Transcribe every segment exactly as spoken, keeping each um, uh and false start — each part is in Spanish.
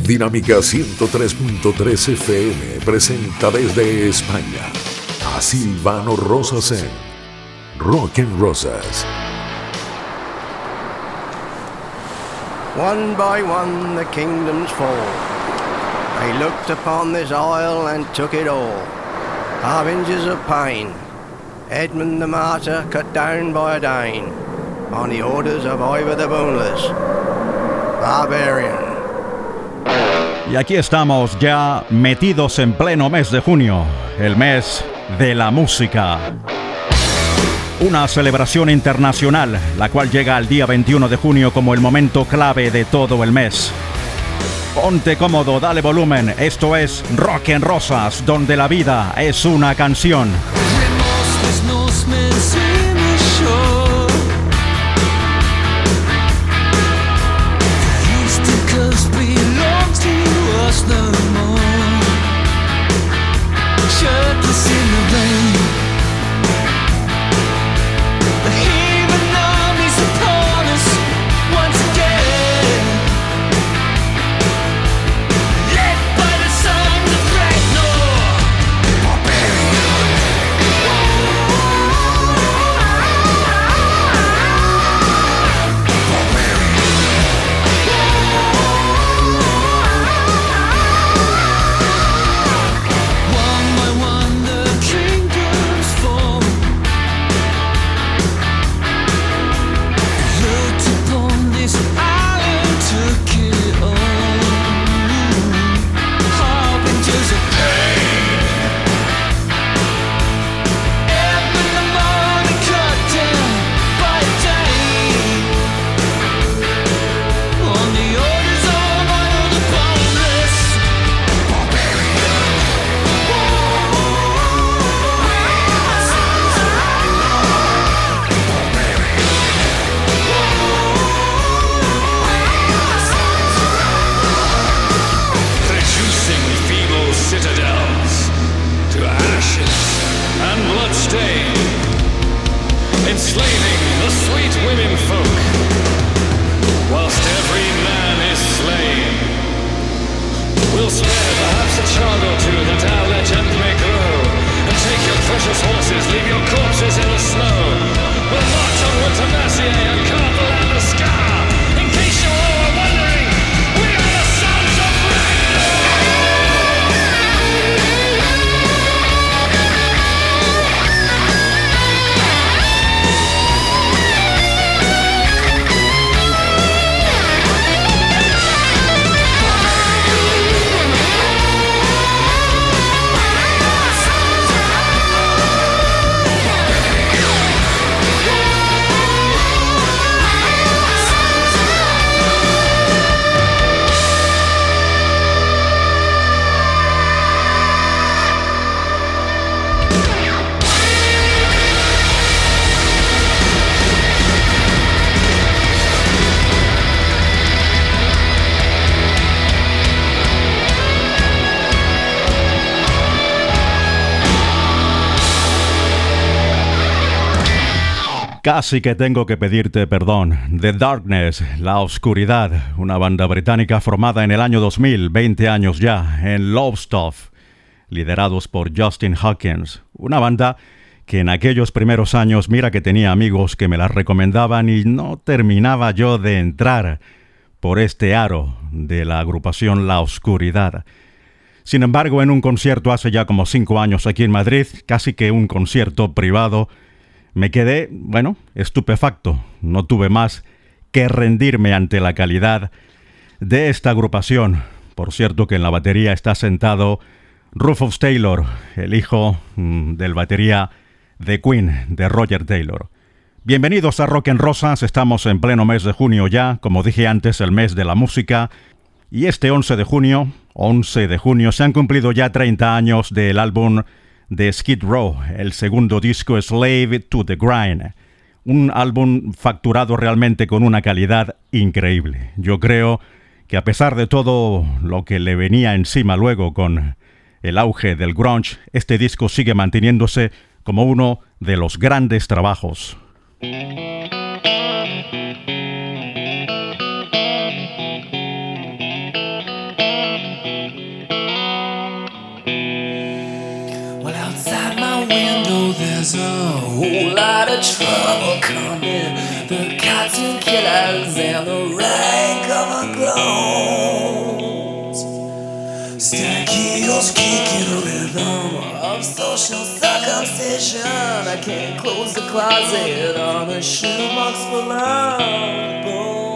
Dinámica ciento tres punto tres F M presenta desde España a Silvano Rosas en Rock and Rosas. One by one the kingdoms fall. They looked upon this isle and took it all. Harbingers of pain. Edmund the Martyr cut down by a Dane on the orders of Ivor the Boneless. Barbarian. Y aquí estamos ya metidos en pleno mes de junio, el mes de la música. Una celebración internacional, la cual llega al día veintiuno de junio como el momento clave de todo el mes. Ponte cómodo, dale volumen, esto es Rock en Rosas, donde la vida es una canción. Casi que tengo que pedirte perdón. The Darkness, La Oscuridad, una banda británica formada en el año dos mil, veinte años ya, en Lowestoft, liderados por Justin Hawkins. Una banda que en aquellos primeros años, mira que tenía amigos que me la recomendaban y no terminaba yo de entrar por este aro de la agrupación La Oscuridad. Sin embargo, en un concierto hace ya como cinco años aquí en Madrid, casi que un concierto privado, me quedé, bueno, estupefacto. No tuve más que rendirme ante la calidad de esta agrupación. Por cierto que en la batería está sentado Rufus Taylor, el hijo mmm, del batería de Queen, de Roger Taylor. Bienvenidos a Rock en Rosas, estamos en pleno mes de junio ya, como dije antes, el mes de la música. Y este once de junio, once de junio, se han cumplido ya treinta años del álbum de Skid Row, el segundo disco Slave to the Grind. Un álbum facturado realmente con una calidad increíble. Yo creo que a pesar de todo lo que le venía encima luego con el auge del grunge, este disco sigue manteniéndose como uno de los grandes trabajos. There's a whole lot of trouble coming. The cotton killers and the rank of a clones. Stack heels kicking a rhythm of social circumcision. I can't close the closet on a shoebox full of bones.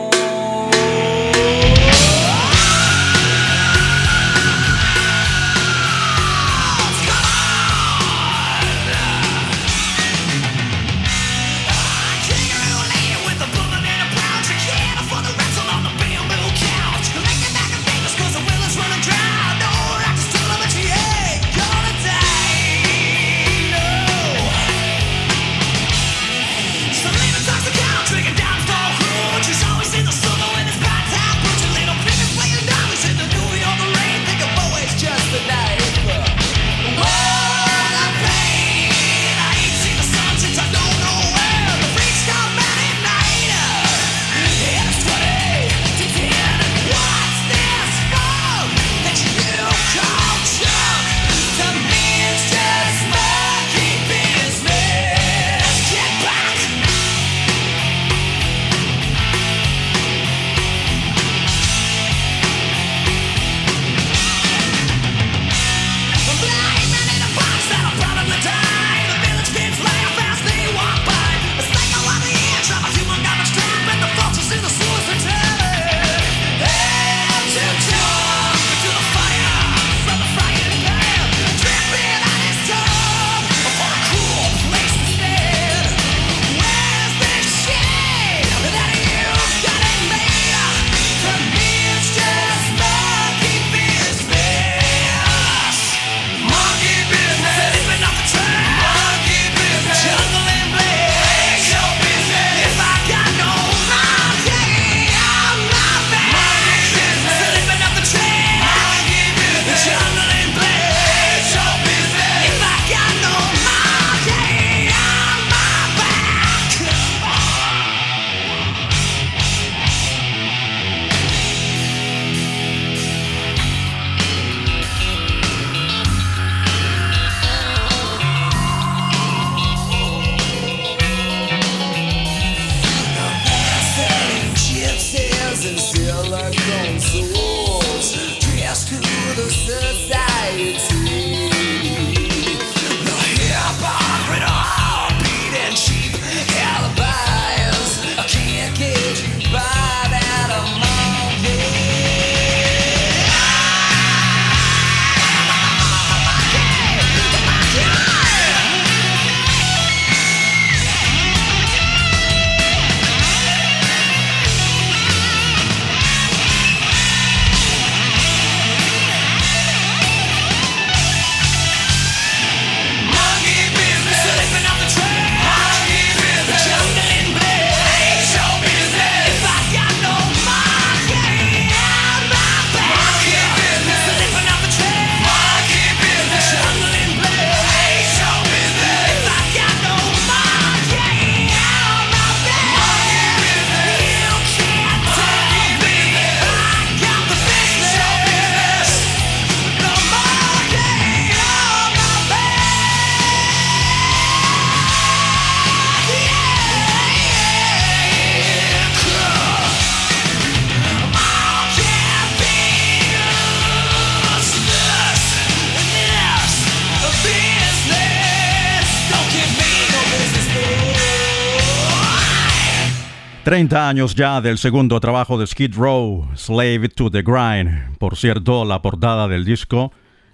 treinta años ya del segundo trabajo de Skid Row, Slave to the Grind. Por cierto, la portada del disco,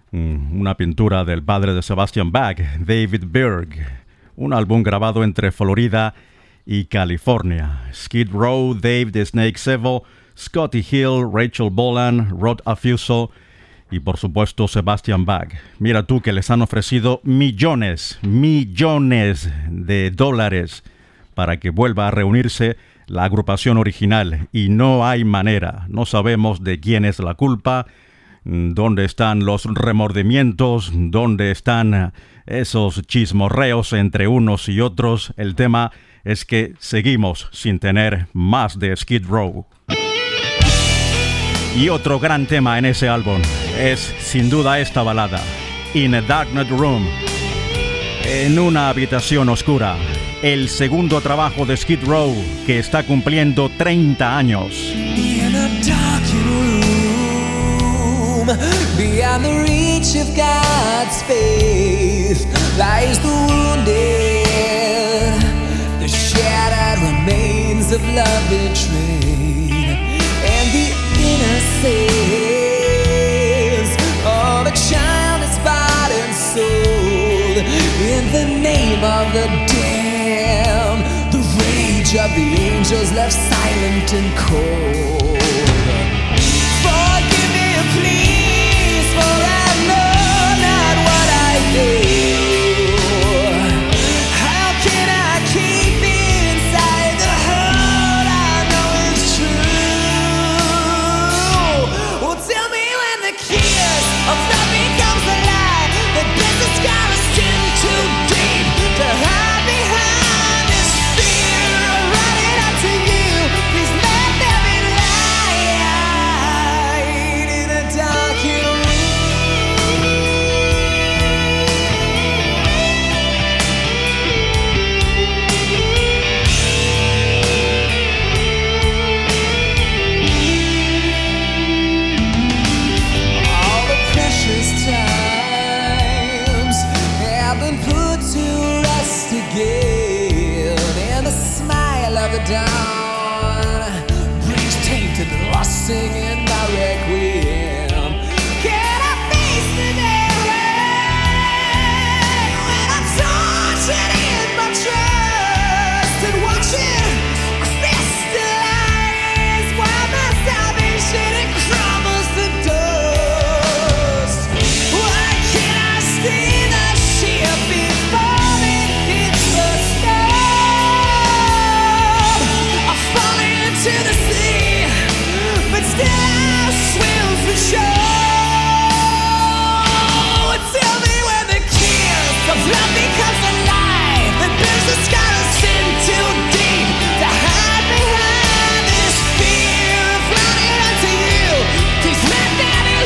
una pintura del padre de Sebastian Bach, David Berg. Un álbum grabado entre Florida y California. Skid Row, Dave the Snake Seville, Scotty Hill, Rachel Bolan, Rod Affuso y por supuesto Sebastian Bach. Mira tú que les han ofrecido millones, millones de dólares para que vuelva a reunirse la agrupación original y no hay manera. No sabemos de quién es la culpa, dónde están los remordimientos, dónde están esos chismorreos entre unos y otros. El tema es que seguimos sin tener más de Skid Row. Y otro gran tema en ese álbum es sin duda esta balada, In a Darkened Room. En una habitación oscura, el segundo trabajo de Skid Row que está cumpliendo treinta años. In a darkened room, beyond the reach of God's faith, lies the wounded, the shattered remains of love betrayed, and the innocence of a child is bought and sold in the name of the damned. The rage of the angels left silent and cold. Forgive me, please, for I know not what I do. How can I keep inside the hurt I know is true? Well, tell me when the kiss of love becomes a lie, that this has got us in too deep to hide behind this fear. Running up to you, please let there be light in a darkened room. All the precious times have been put to rest again, and the smile of the dawn brings tainted lost singing my requiem. Can I face the day when I'm tortured in my trust and watching crystallize while my salvation it crumbles to dust? Why can't I see the ship before it hits the storm? I fall into the sea, but still I swim for shore. Tell me when the kiss of love becomes a lie, that there's a scar of sin too deep to hide behind this fear of running unto you. Please let there be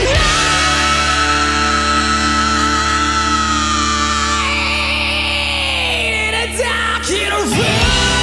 light in a darkened room.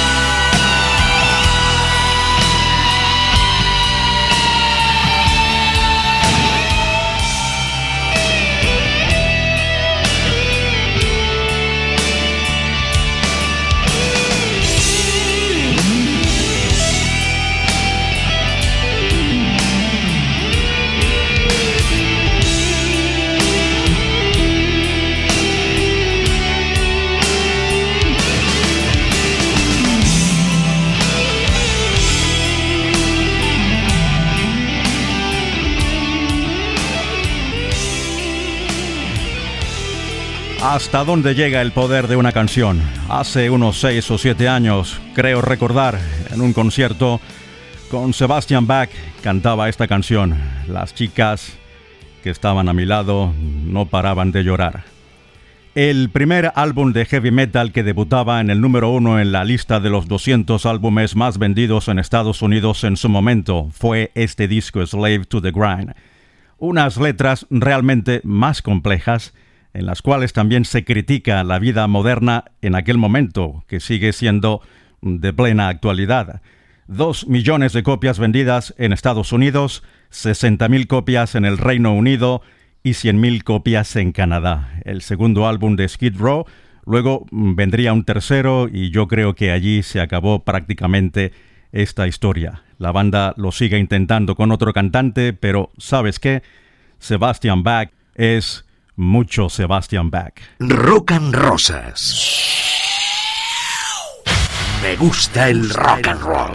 ¿Hasta dónde llega el poder de una canción? Hace unos seis o siete años, creo recordar, en un concierto con Sebastian Bach, cantaba esta canción. Las chicas que estaban a mi lado no paraban de llorar. El primer álbum de heavy metal que debutaba en el número uno en la lista de los doscientos álbumes más vendidos en Estados Unidos en su momento fue este disco, Slave to the Grind. Unas letras realmente más complejas, en las cuales también se critica la vida moderna en aquel momento, que sigue siendo de plena actualidad. Dos millones de copias vendidas en Estados Unidos, sesenta mil copias en el Reino Unido y cien mil copias en Canadá. El segundo álbum de Skid Row, luego vendría un tercero y yo creo que allí se acabó prácticamente esta historia. La banda lo sigue intentando con otro cantante, pero ¿sabes qué? Sebastian Bach es mucho Sebastian Bach. Rock and Rosas. Me gusta el rock and roll.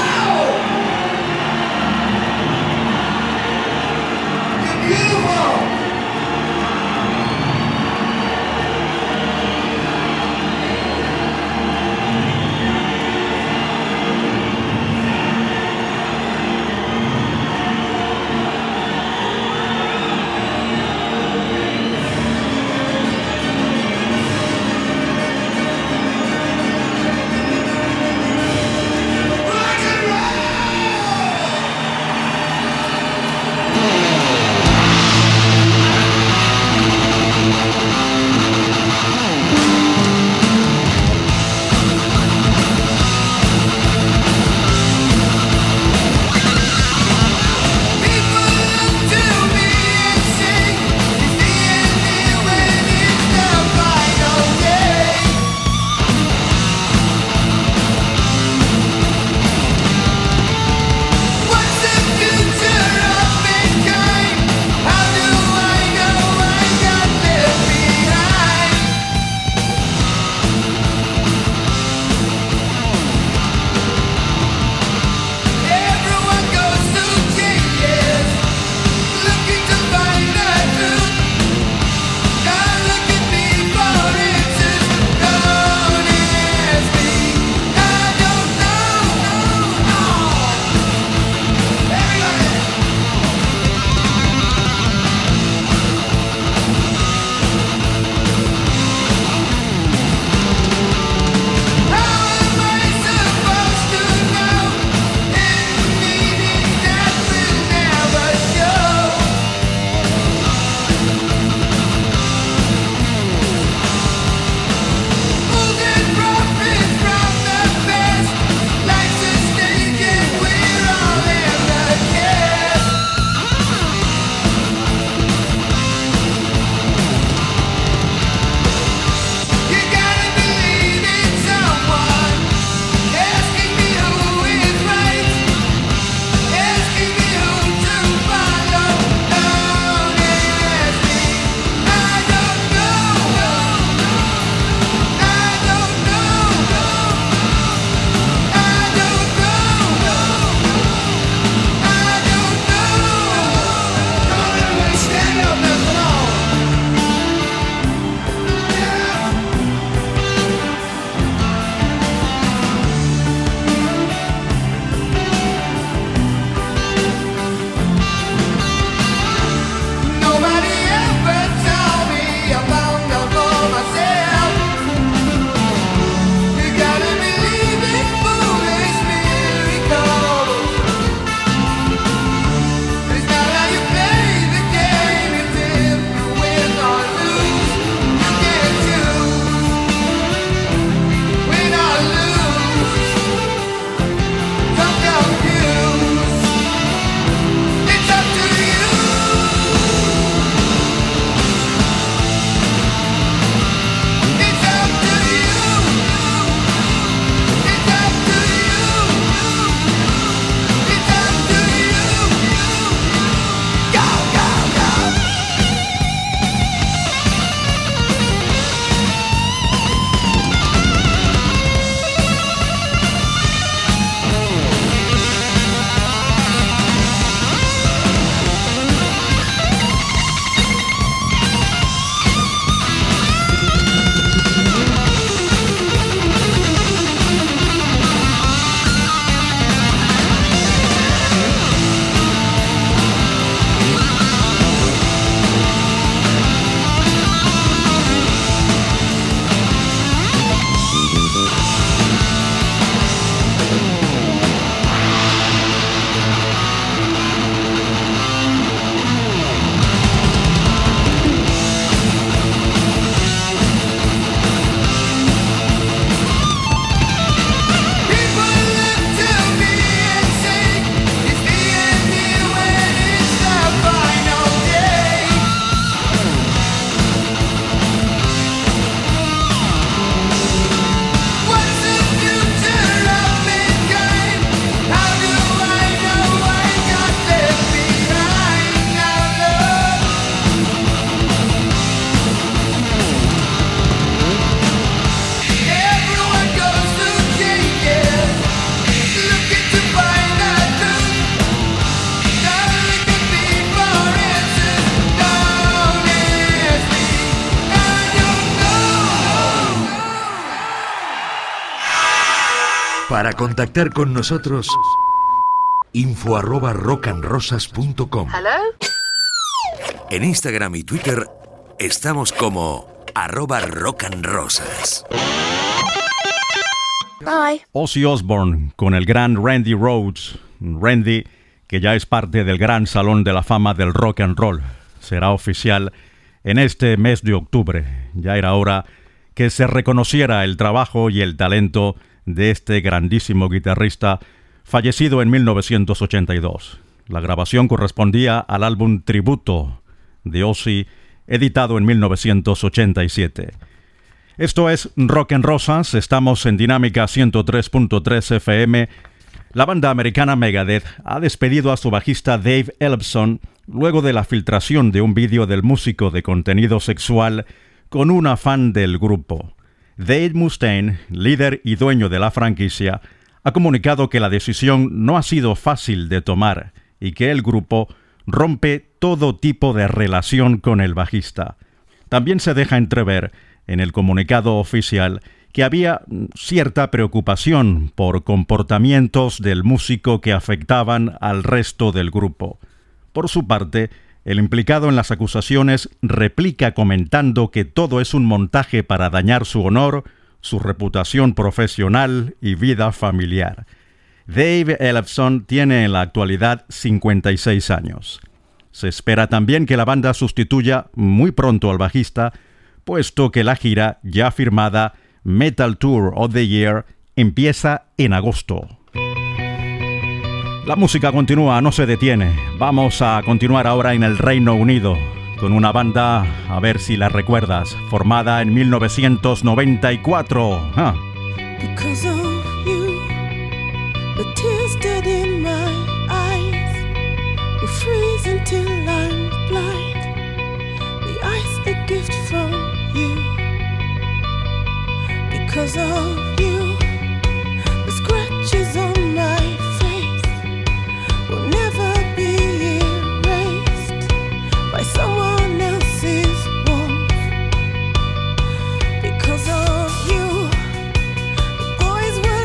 Beautiful! Para contactar con nosotros, info arroba rockandrosas punto com. En Instagram y Twitter estamos como arroba rockandrosas. Bye. Ozzy Osbourne con el gran Randy Rhoads. Randy, que ya es parte del gran Salón de la Fama del Rock and Roll. Será oficial en este mes de octubre. Ya era hora que se reconociera el trabajo y el talento de este grandísimo guitarrista fallecido en mil novecientos ochenta y dos. La grabación correspondía al álbum Tributo de Ozzy, editado en mil novecientos ochenta y siete. Esto es Rock en Rosas, estamos en Dinámica ciento tres punto tres F M. La banda americana Megadeth ha despedido a su bajista Dave Ellefson luego de la filtración de un vídeo del músico de contenido sexual con una fan del grupo. Dave Mustaine, líder y dueño de la franquicia, ha comunicado que la decisión no ha sido fácil de tomar y que el grupo rompe todo tipo de relación con el bajista. También se deja entrever en el comunicado oficial que había cierta preocupación por comportamientos del músico que afectaban al resto del grupo. Por su parte, el implicado en las acusaciones replica comentando que todo es un montaje para dañar su honor, su reputación profesional y vida familiar. Dave Ellefson tiene en la actualidad cincuenta y seis años. Se espera también que la banda sustituya muy pronto al bajista, puesto que la gira ya firmada Metal Tour of the Year empieza en agosto. La música continúa, no se detiene. Vamos a continuar ahora en el Reino Unido con una banda, a ver si la recuerdas, formada en mil novecientos noventa y cuatro. Ah. Because of you, the tears dead in my eyes will freeze until I'm blind. The ice, a gift from you. Because of you, the scratches on my face will never be erased by someone else's warmth. Because of you, the boys will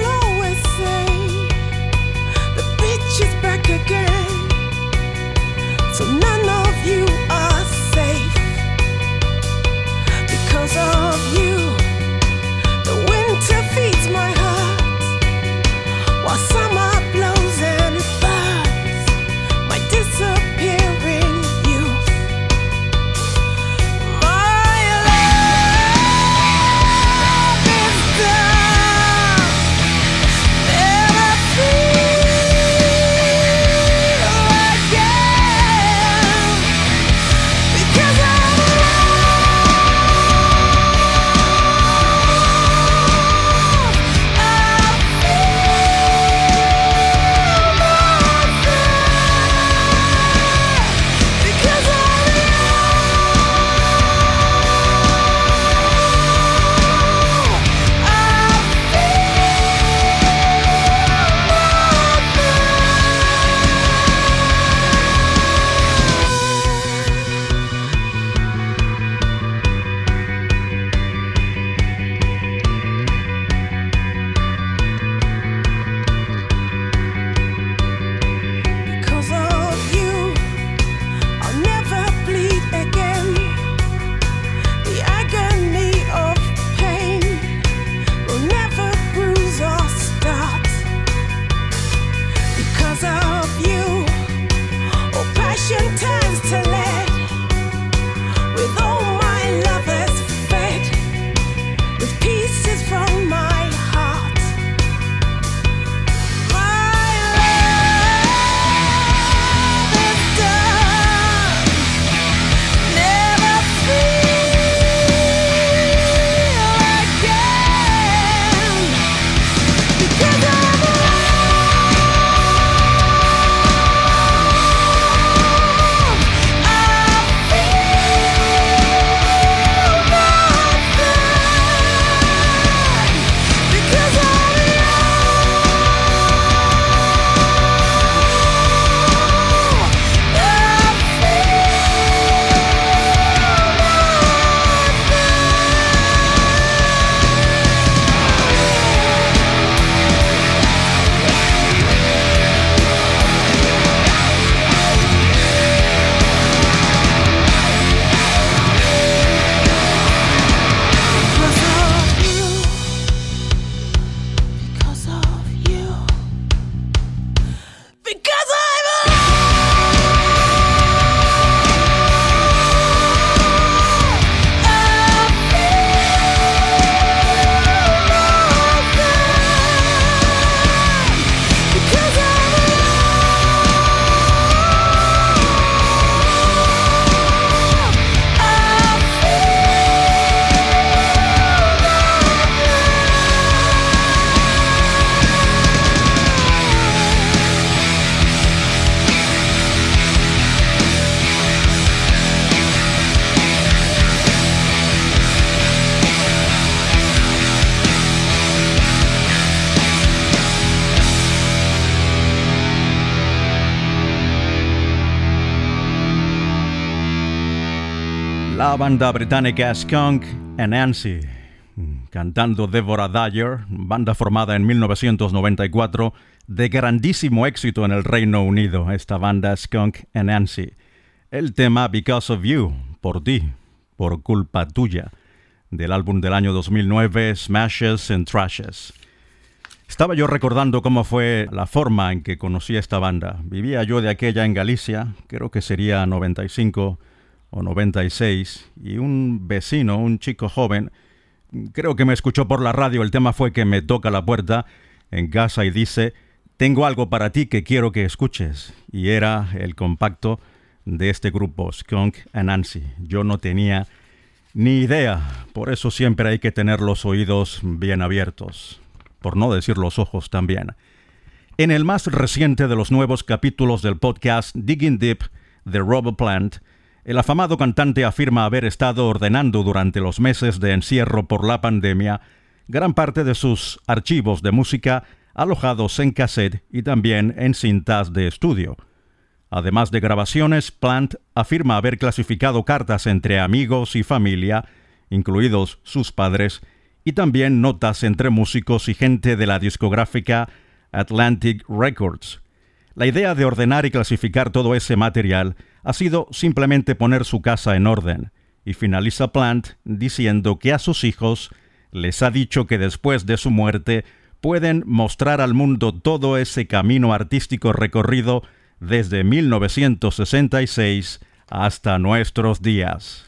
La banda británica Skunk Anansie, cantando Deborah Dyer, banda formada en mil novecientos noventa y cuatro, de grandísimo éxito en el Reino Unido, esta banda Skunk Anansie. El tema Because of You, por ti, por culpa tuya, del álbum del año dos mil nueve, Smashes and Trashes. Estaba yo recordando cómo fue la forma en que conocí a esta banda. Vivía yo de aquella en Galicia, creo que sería noventa y cinco o noventa y seis, y un vecino, un chico joven, creo que me escuchó por la radio. El tema fue que me toca la puerta en casa y dice: tengo algo para ti que quiero que escuches. Y era el compacto de este grupo, Skunk Anansie. Yo no tenía ni idea, por eso siempre hay que tener los oídos bien abiertos, por no decir los ojos también. En el más reciente de los nuevos capítulos del podcast Digging Deep de Robert Plant, el afamado cantante afirma haber estado ordenando durante los meses de encierro por la pandemia gran parte de sus archivos de música alojados en cassette y también en cintas de estudio. Además de grabaciones, Plant afirma haber clasificado cartas entre amigos y familia, incluidos sus padres, y también notas entre músicos y gente de la discográfica Atlantic Records. La idea de ordenar y clasificar todo ese material ha sido simplemente poner su casa en orden, y finaliza Plant diciendo que a sus hijos les ha dicho que después de su muerte pueden mostrar al mundo todo ese camino artístico recorrido desde mil novecientos sesenta y seis hasta nuestros días.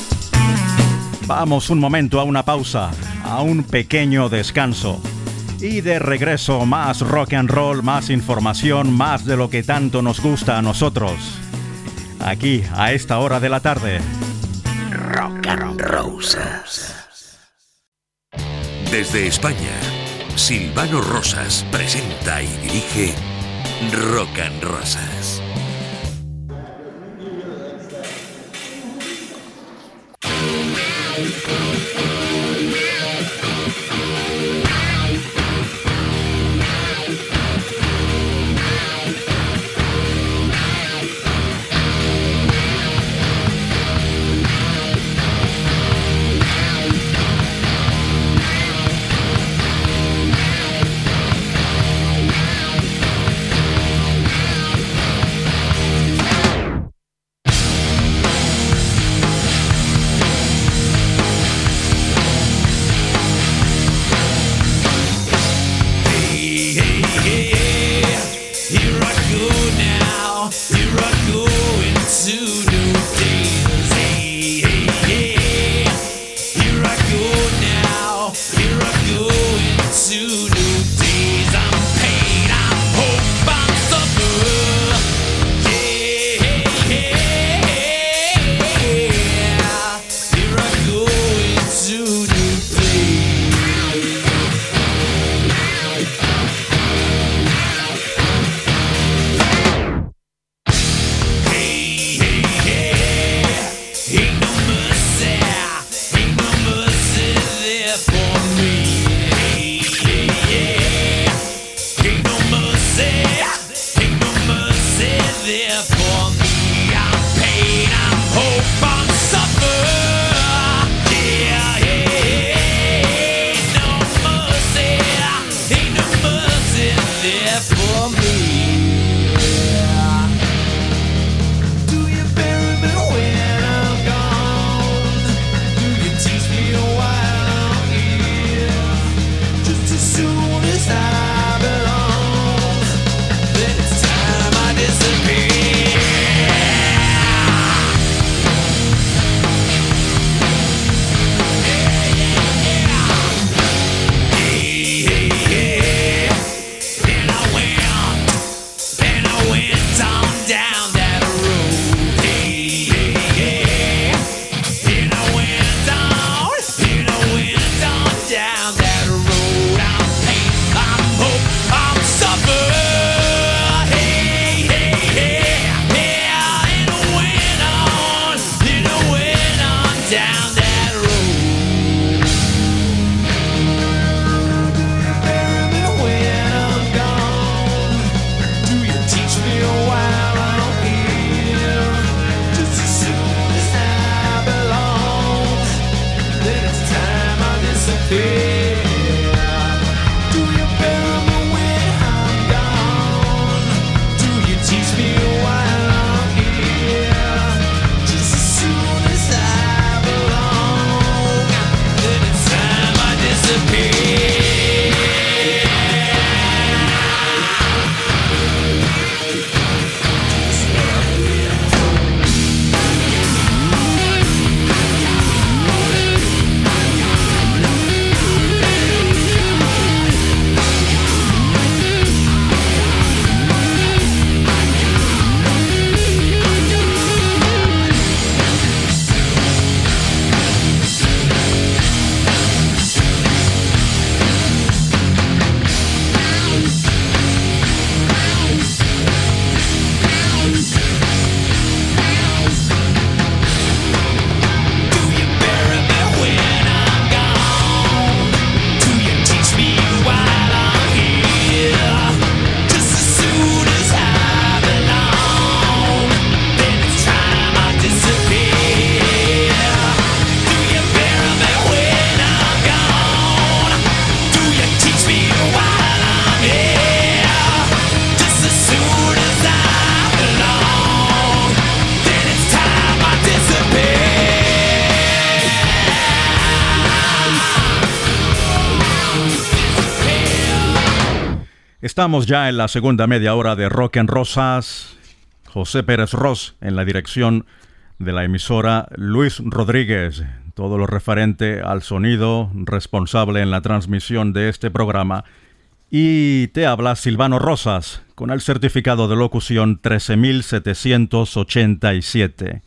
Vamos un momento a una pausa, a un pequeño descanso. Y de regreso, más rock and roll, más información, más de lo que tanto nos gusta a nosotros. Aquí, a esta hora de la tarde. Rock and Roses. Desde España, Silvano Rosas presenta y dirige Rock and Roses. Belong Estamos ya en la segunda media hora de Rock en Rosas. José Pérez Ros en la dirección de la emisora, Luis Rodríguez, todo lo referente al sonido, responsable en la transmisión de este programa. Y te habla Silvano Rosas, con el certificado de locución trece mil setecientos ochenta y siete.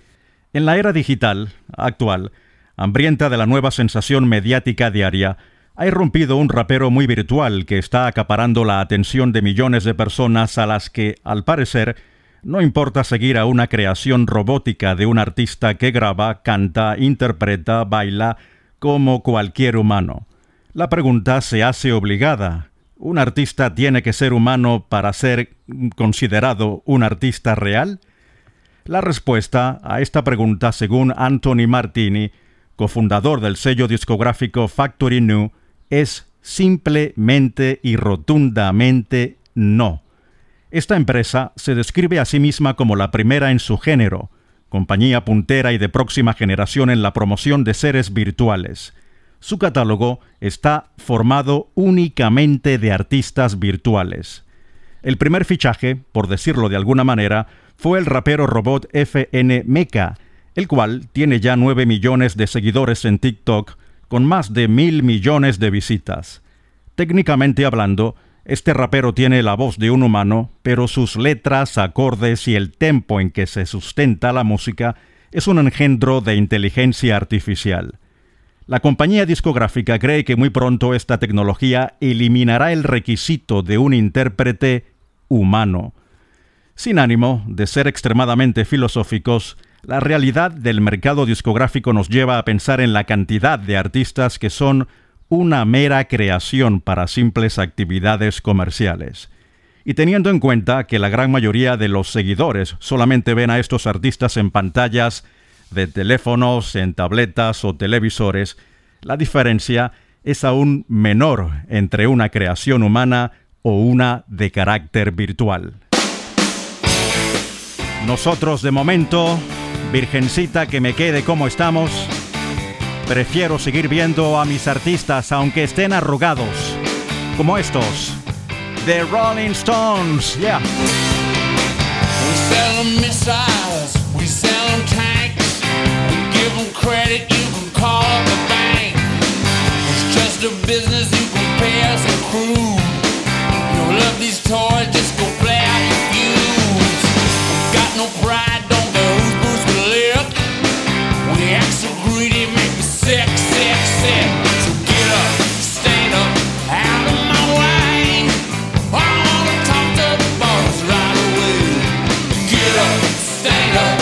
En la era digital actual, hambrienta de la nueva sensación mediática diaria, ha irrumpido un rapero muy virtual que está acaparando la atención de millones de personas a las que, al parecer, no importa seguir a una creación robótica de un artista que graba, canta, interpreta, baila, como cualquier humano. La pregunta se hace obligada. ¿Un artista tiene que ser humano para ser considerado un artista real? La respuesta a esta pregunta, según Anthony Martini, cofundador del sello discográfico Factory New, es simplemente y rotundamente no. Esta empresa se describe a sí misma como la primera en su género, compañía puntera y de próxima generación en la promoción de seres virtuales. Su catálogo está formado únicamente de artistas virtuales. El primer fichaje, por decirlo de alguna manera, fue el rapero robot F N Mecha, el cual tiene ya nueve millones de seguidores en TikTok, con más de mil millones de visitas. Técnicamente hablando, este rapero tiene la voz de un humano, pero sus letras, acordes y el tempo en que se sustenta la música es un engendro de inteligencia artificial. La compañía discográfica cree que muy pronto esta tecnología eliminará el requisito de un intérprete humano. Sin ánimo de ser extremadamente filosóficos, la realidad del mercado discográfico nos lleva a pensar en la cantidad de artistas que son una mera creación para simples actividades comerciales. Y teniendo en cuenta que la gran mayoría de los seguidores solamente ven a estos artistas en pantallas de teléfonos, en tabletas o televisores, la diferencia es aún menor entre una creación humana o una de carácter virtual. Nosotros, de momento, virgencita, que me quede como estamos, prefiero seguir viendo a mis artistas aunque estén arrugados, como estos, The Rolling Stones. Yeah. We sell them missiles, we sell them tanks, we give them credit, you can call up the bank. It's just a business, you can pay us a crew. You don't love these toys, just go play out your fuse. We got no pride, don't care whose boots we lick. We act so greedy, make me sick, sick, sick. So get up, stand up, out of my way. I wanna talk to the boss right away. Get up, stand up.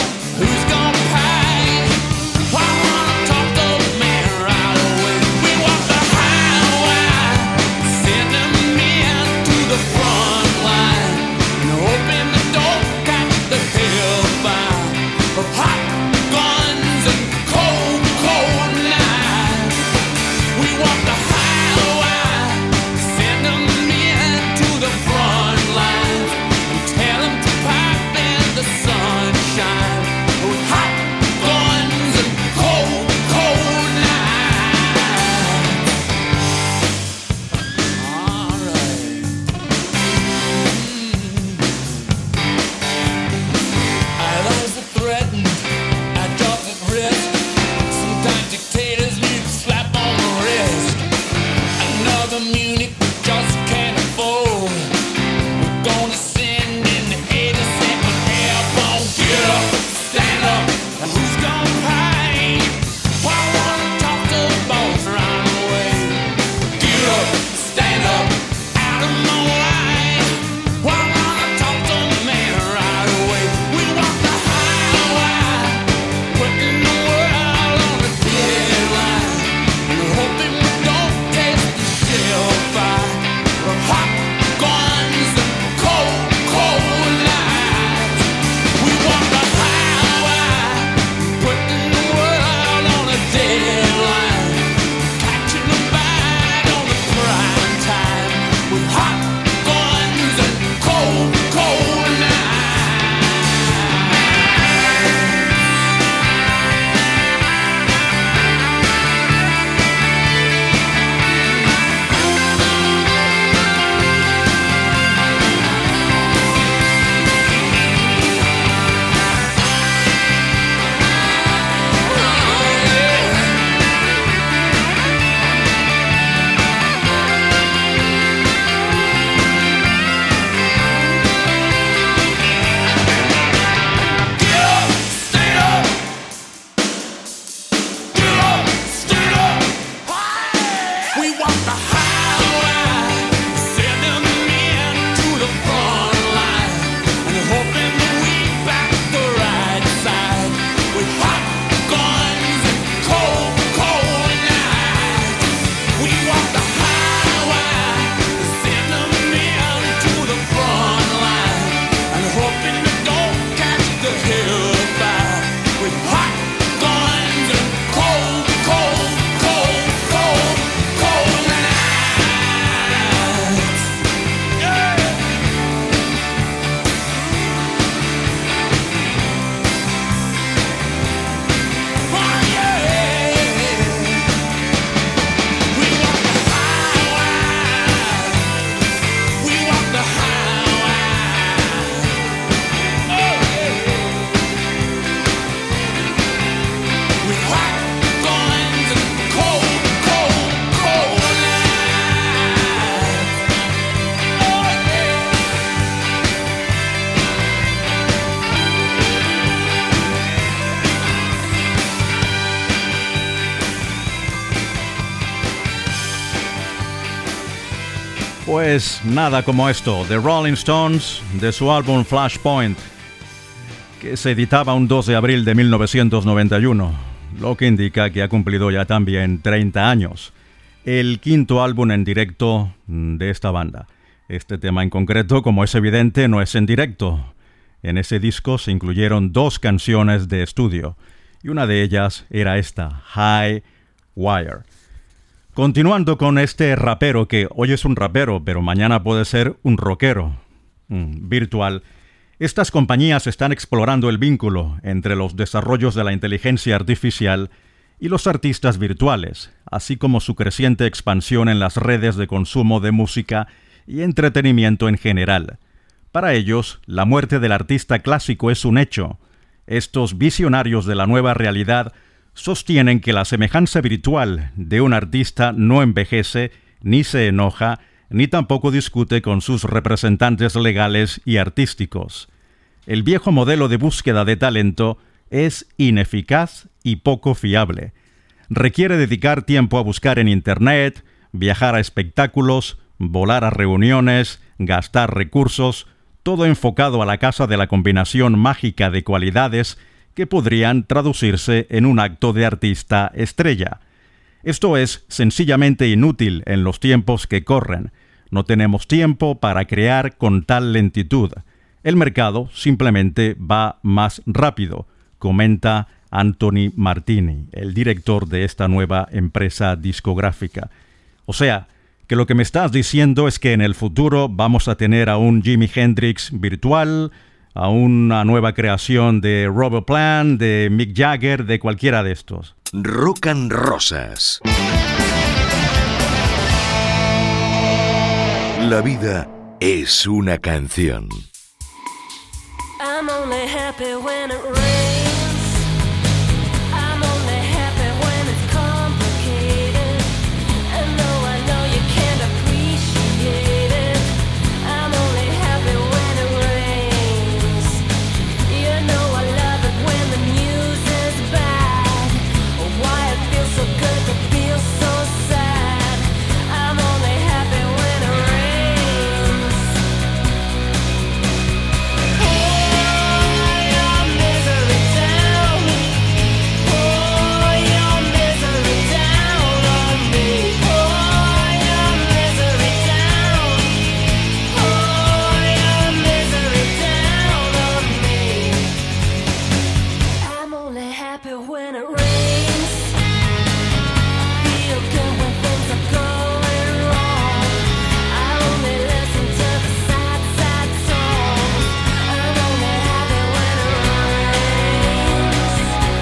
Pues nada como esto, The Rolling Stones, de su álbum Flashpoint, que se editaba un dos de abril de mil novecientos noventa y uno, lo que indica que ha cumplido ya también treinta años. El quinto álbum en directo de esta banda. Este tema en concreto, como es evidente, no es en directo. En ese disco se incluyeron dos canciones de estudio, y una de ellas era esta, High Wire. Continuando con este rapero que hoy es un rapero, pero mañana puede ser un rockero mm, virtual, estas compañías están explorando el vínculo entre los desarrollos de la inteligencia artificial y los artistas virtuales, así como su creciente expansión en las redes de consumo de música y entretenimiento en general. Para ellos, la muerte del artista clásico es un hecho. Estos visionarios de la nueva realidad sostienen que la semejanza virtual de un artista no envejece, ni se enoja, ni tampoco discute con sus representantes legales y artísticos. El viejo modelo de búsqueda de talento es ineficaz y poco fiable. Requiere dedicar tiempo a buscar en Internet, viajar a espectáculos, volar a reuniones, gastar recursos, todo enfocado a la caza de la combinación mágica de cualidades que podrían traducirse en un acto de artista estrella. Esto es sencillamente inútil en los tiempos que corren. No tenemos tiempo para crear con tal lentitud. El mercado simplemente va más rápido, comenta Anthony Martini, el director de esta nueva empresa discográfica. O sea, que lo que me estás diciendo es que en el futuro vamos a tener a un Jimi Hendrix virtual, a una nueva creación de Robert Plant, de Mick Jagger, de cualquiera de estos. Rock and Rosas. La vida es una canción. I'm only happy when it rains. I'm only happy when it's complicated. And though I know you can't appreciate it, I'm only happy when it rains. You know I love it when the news is bad. Why it feels so good to feel so sad. I'm only happy when it rains. Oh, your misery down. Oh, your misery down on me. Oh, your misery down. Oh, your misery down on me. I'm only happy when it rains. Feel good when things are going wrong. I only listen to the sad, sad songs. I'm only happy when it rains.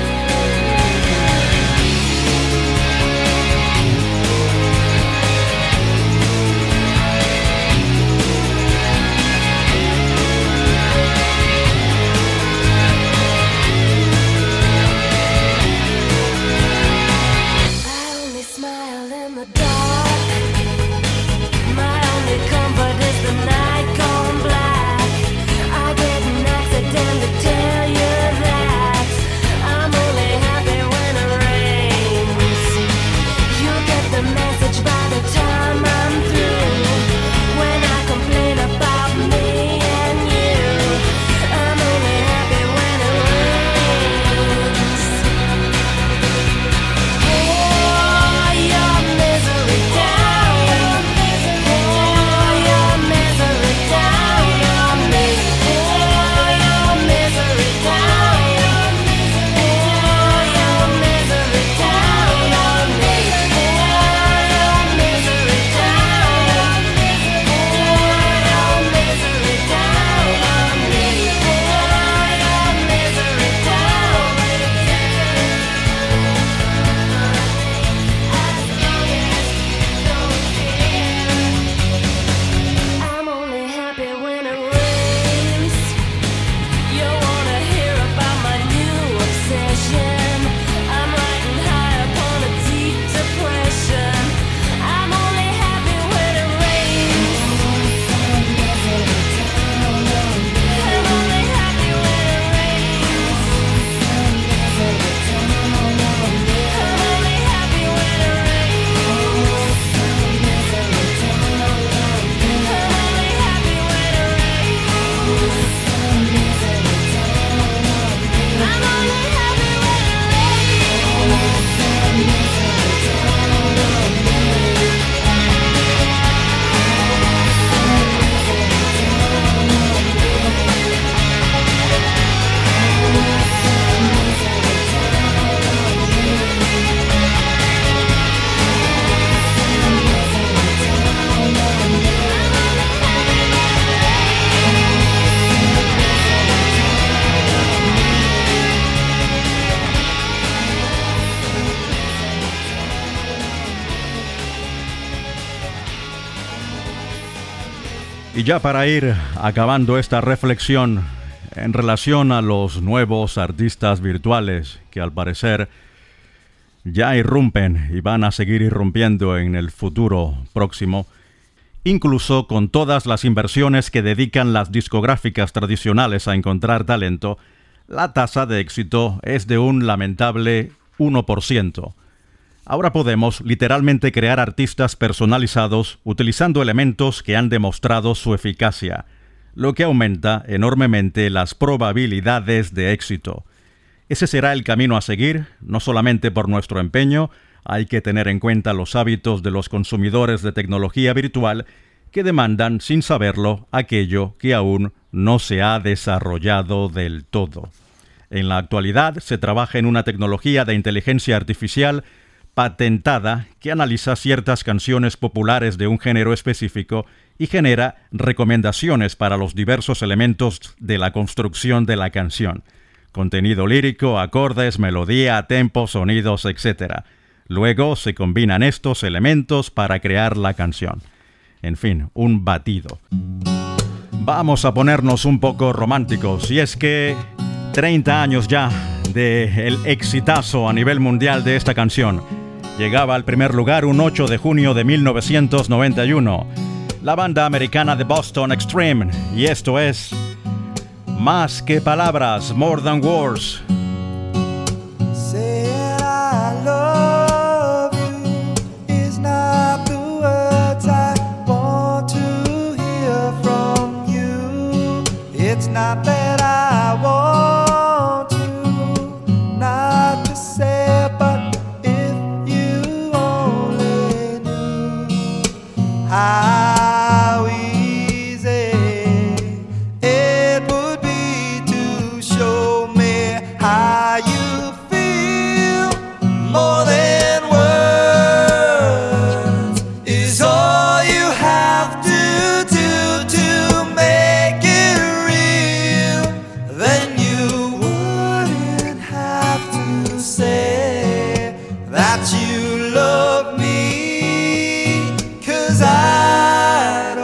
I only smile in the dark. My only comfort is the night gone black. I didn't accidentally tell you that. I'm only happy when it rains. You get the message by the time I'm through. When I complain about me and you, I'm only happy when it rains. Oh, your misery down. Oh, your misery down on me. Oh, your misery down. Oh, your misery down on me. Oh, your misery down. Oh, your misery down on me. Oh, your misery down. I'm only happy when it rains. You wanna hear about my new obsession? I'm riding high upon a deep depression. I'm only happy when it rains. I'm only happy when it rains. I'm only happy when it rains. Y ya para ir acabando esta reflexión en relación a los nuevos artistas virtuales que al parecer ya irrumpen y van a seguir irrumpiendo en el futuro próximo, incluso con todas las inversiones que dedican las discográficas tradicionales a encontrar talento, la tasa de éxito es de un lamentable uno por ciento. Ahora podemos literalmente crear artistas personalizados utilizando elementos que han demostrado su eficacia, lo que aumenta enormemente las probabilidades de éxito. Ese será el camino a seguir, no solamente por nuestro empeño. Hay que tener en cuenta los hábitos de los consumidores de tecnología virtual que demandan, sin saberlo, aquello que aún no se ha desarrollado del todo. En la actualidad se trabaja en una tecnología de inteligencia artificial patentada que analiza ciertas canciones populares de un género específico y genera recomendaciones para los diversos elementos de la construcción de la canción: contenido lírico, acordes, melodía, tempo, sonidos, etcétera. Luego se combinan estos elementos para crear la canción. En fin, un batido. Vamos a ponernos un poco románticos, y es que treinta años ya del exitazo a nivel mundial de esta canción. Llegaba al primer lugar un ocho de junio de mil novecientos noventa y uno. La banda americana de Boston, Extreme, y esto es Más que Palabras, More Than Words. Saying I love you is not the words I want to hear from you. It's not that I want to not to say, but if you only knew how easy it would be to show me how you feel. More than words is all you have to do to make it real. Then you wouldn't have to say that you love me, 'cause I'd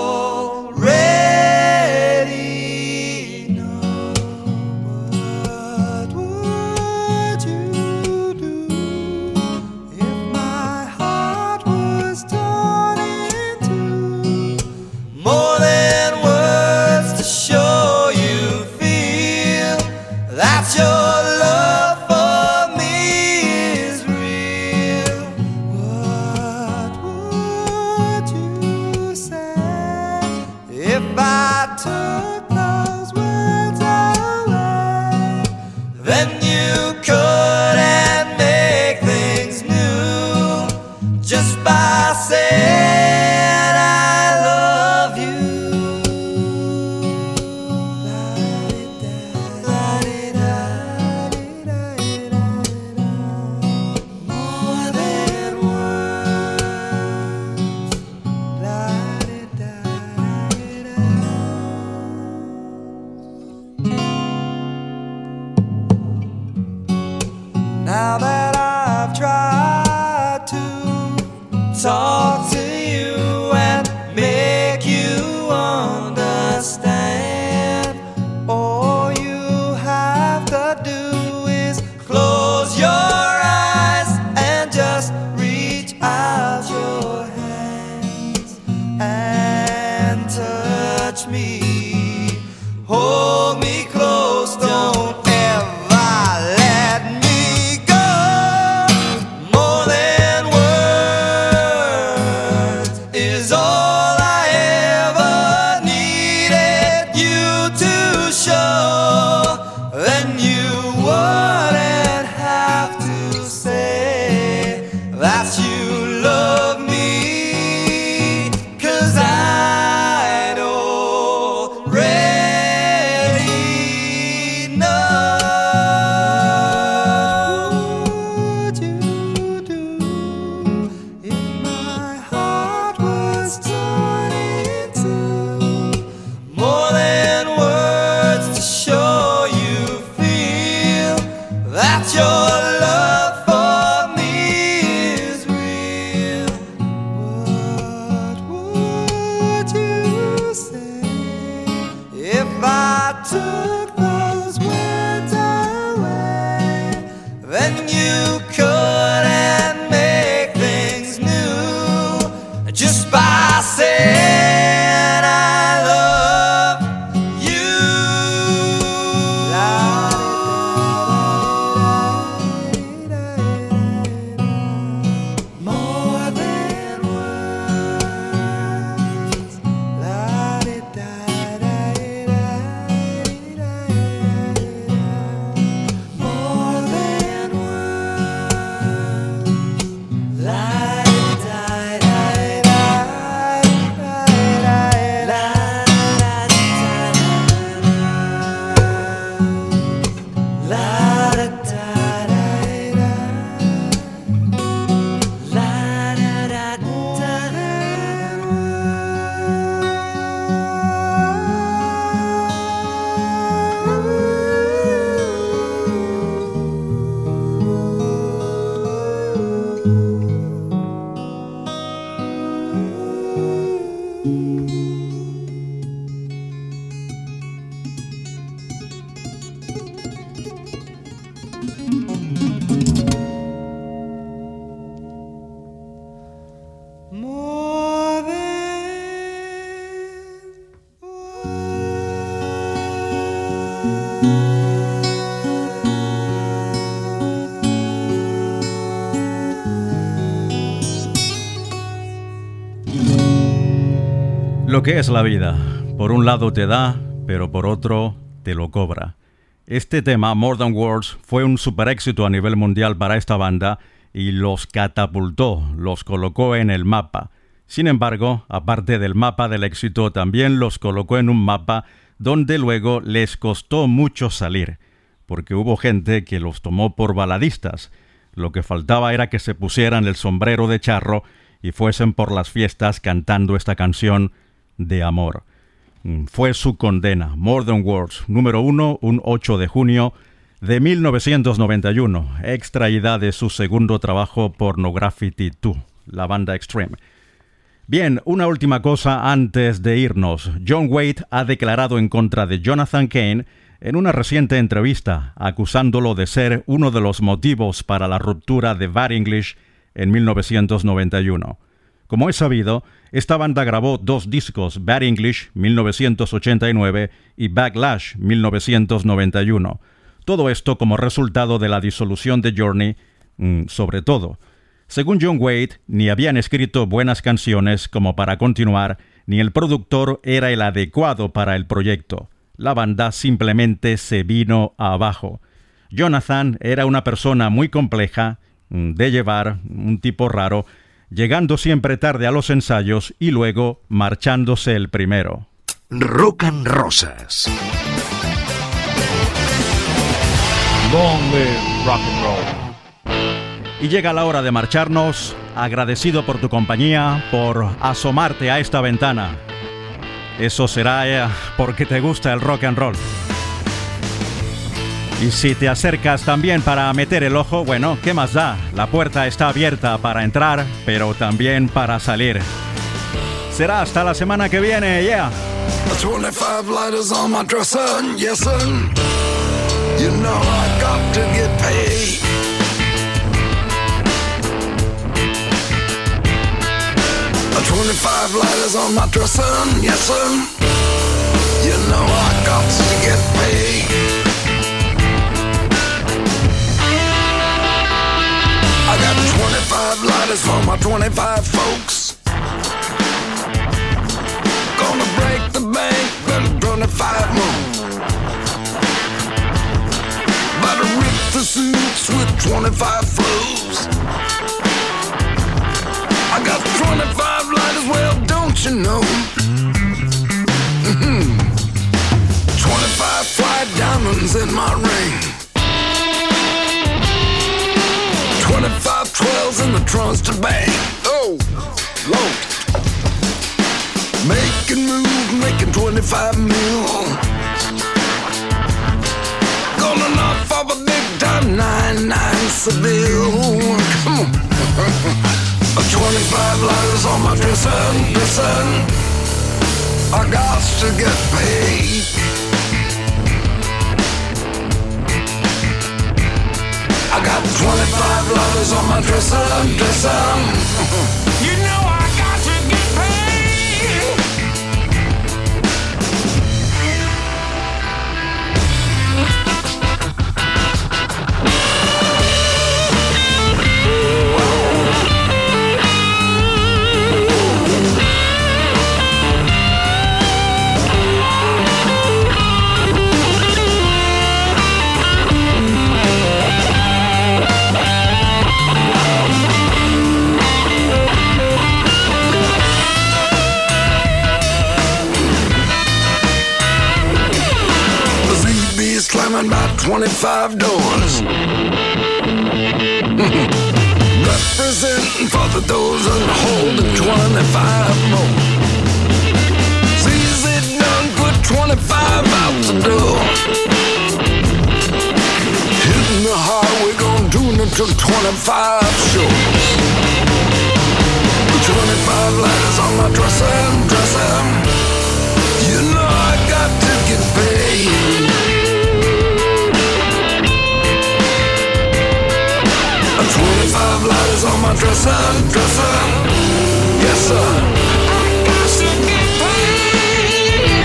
already know. What would you do if my heart was torn in two? More than words to show you feel that your love for me is real. What would you say if I took those words away? Then you couldn't make things new just by saying I love you. More than words. Now that I've tried to talk to you and make you understand, all you have to do is close your eyes and just reach out your hands and touch me. Hold me close, don't ever let me go. More than words is all I ever needed you to show. Then you wouldn't have to say that you love me, 'cause I'd already know. What would you do if my heart was torn in two? More than words to show you feel that your love for me is real. What would you say then you could and make things new just by saying I love you. More than words. More than Lo que es la vida, por un lado te da, pero por otro te lo cobra. Este tema, More Than Words, fue un super éxito a nivel mundial para esta banda y los catapultó, los colocó en el mapa. Sin embargo, aparte del mapa del éxito, también los colocó en un mapa donde luego les costó mucho salir, porque hubo gente que los tomó por baladistas. Lo que faltaba era que se pusieran el sombrero de charro y fuesen por las fiestas cantando esta canción de amor. Fue su condena. More Than Words, número uno, un ocho de junio de mil novecientos noventa y uno, extraída de su segundo trabajo Pornography dos, la banda Extreme. Bien, una última cosa antes de irnos. John Waite ha declarado en contra de Jonathan Cain en una reciente entrevista, acusándolo de ser uno de los motivos para la ruptura de Bad English en mil novecientos noventa y uno. Como es sabido, esta banda grabó dos discos, Bad English mil novecientos ochenta y nueve y Backlash mil novecientos noventa y uno. Todo esto como resultado de la disolución de Journey, mmm, sobre todo. Según John Waite, ni habían escrito buenas canciones como para continuar, ni el productor era el adecuado para el proyecto. La banda simplemente se vino abajo. Jonathan era una persona muy compleja, de llevar, un tipo raro, llegando siempre tarde a los ensayos y luego marchándose el primero. Rock and Rosas. Long live rock and roll. Y llega la hora de marcharnos, agradecido por tu compañía, por asomarte a esta ventana. Eso será eh, porque te gusta el rock and roll. Y si te acercas también para meter el ojo, bueno, ¿qué más da? La puerta está abierta para entrar, pero también para salir. Será hasta la semana que viene, yeah. twenty-five lighters on my dresser, yes sir. You know I got to get paid. twenty-five lighters on my dresser, yes sir. You know I got to get paid. I got twenty-five lighters for my twenty-five folks. Gonna break the bank, then twenty-five more. About to rip the suits with twenty-five flows. I got twenty-five lighters, well, don't you know? Mm-hmm. twenty-five fly diamonds in my ring. twenty-five twelves in the trunks to bang. Oh, Lord. Making moves, making twenty-five mil. Gonna knock off a big time nine nine Seville. Come on. twenty-five lighters on my dresser, dresser. I got to get paid. I got twenty-five lighters on my dresser, dresser. You know I got to get paid. Slamming about twenty-five doors. Representing for the dozen, holding twenty-five more. It's easy done, put twenty-five out the door. Hitting the highway, gonna do it until twenty-five shows. twenty-five lighters on my dresser, dresser. You know I got to get paid. twenty-five lighters on my dresser, dresser. Yes, sir. I got to get paid.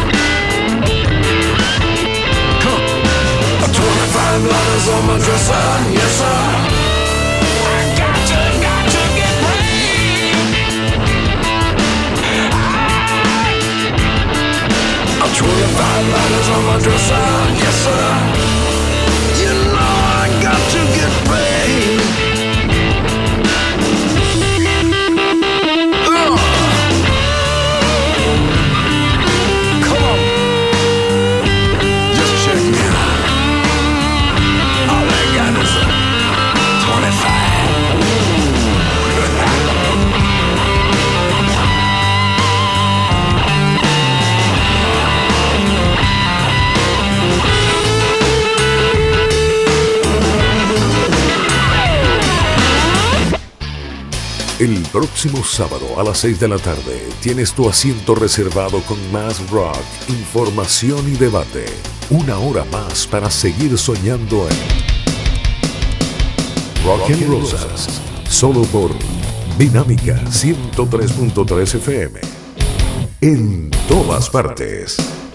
Come on. twenty-five lighters on my dresser, yes, sir. I got to, got to get paid. I, twenty-five lighters on my dresser, yes, sir. You know I got to get paid. El próximo sábado a las seis de la tarde tienes tu asiento reservado con más rock, información y debate. Una hora más para seguir soñando en Rock and Rosas, solo por Dinámica ciento tres punto tres F M. En todas partes.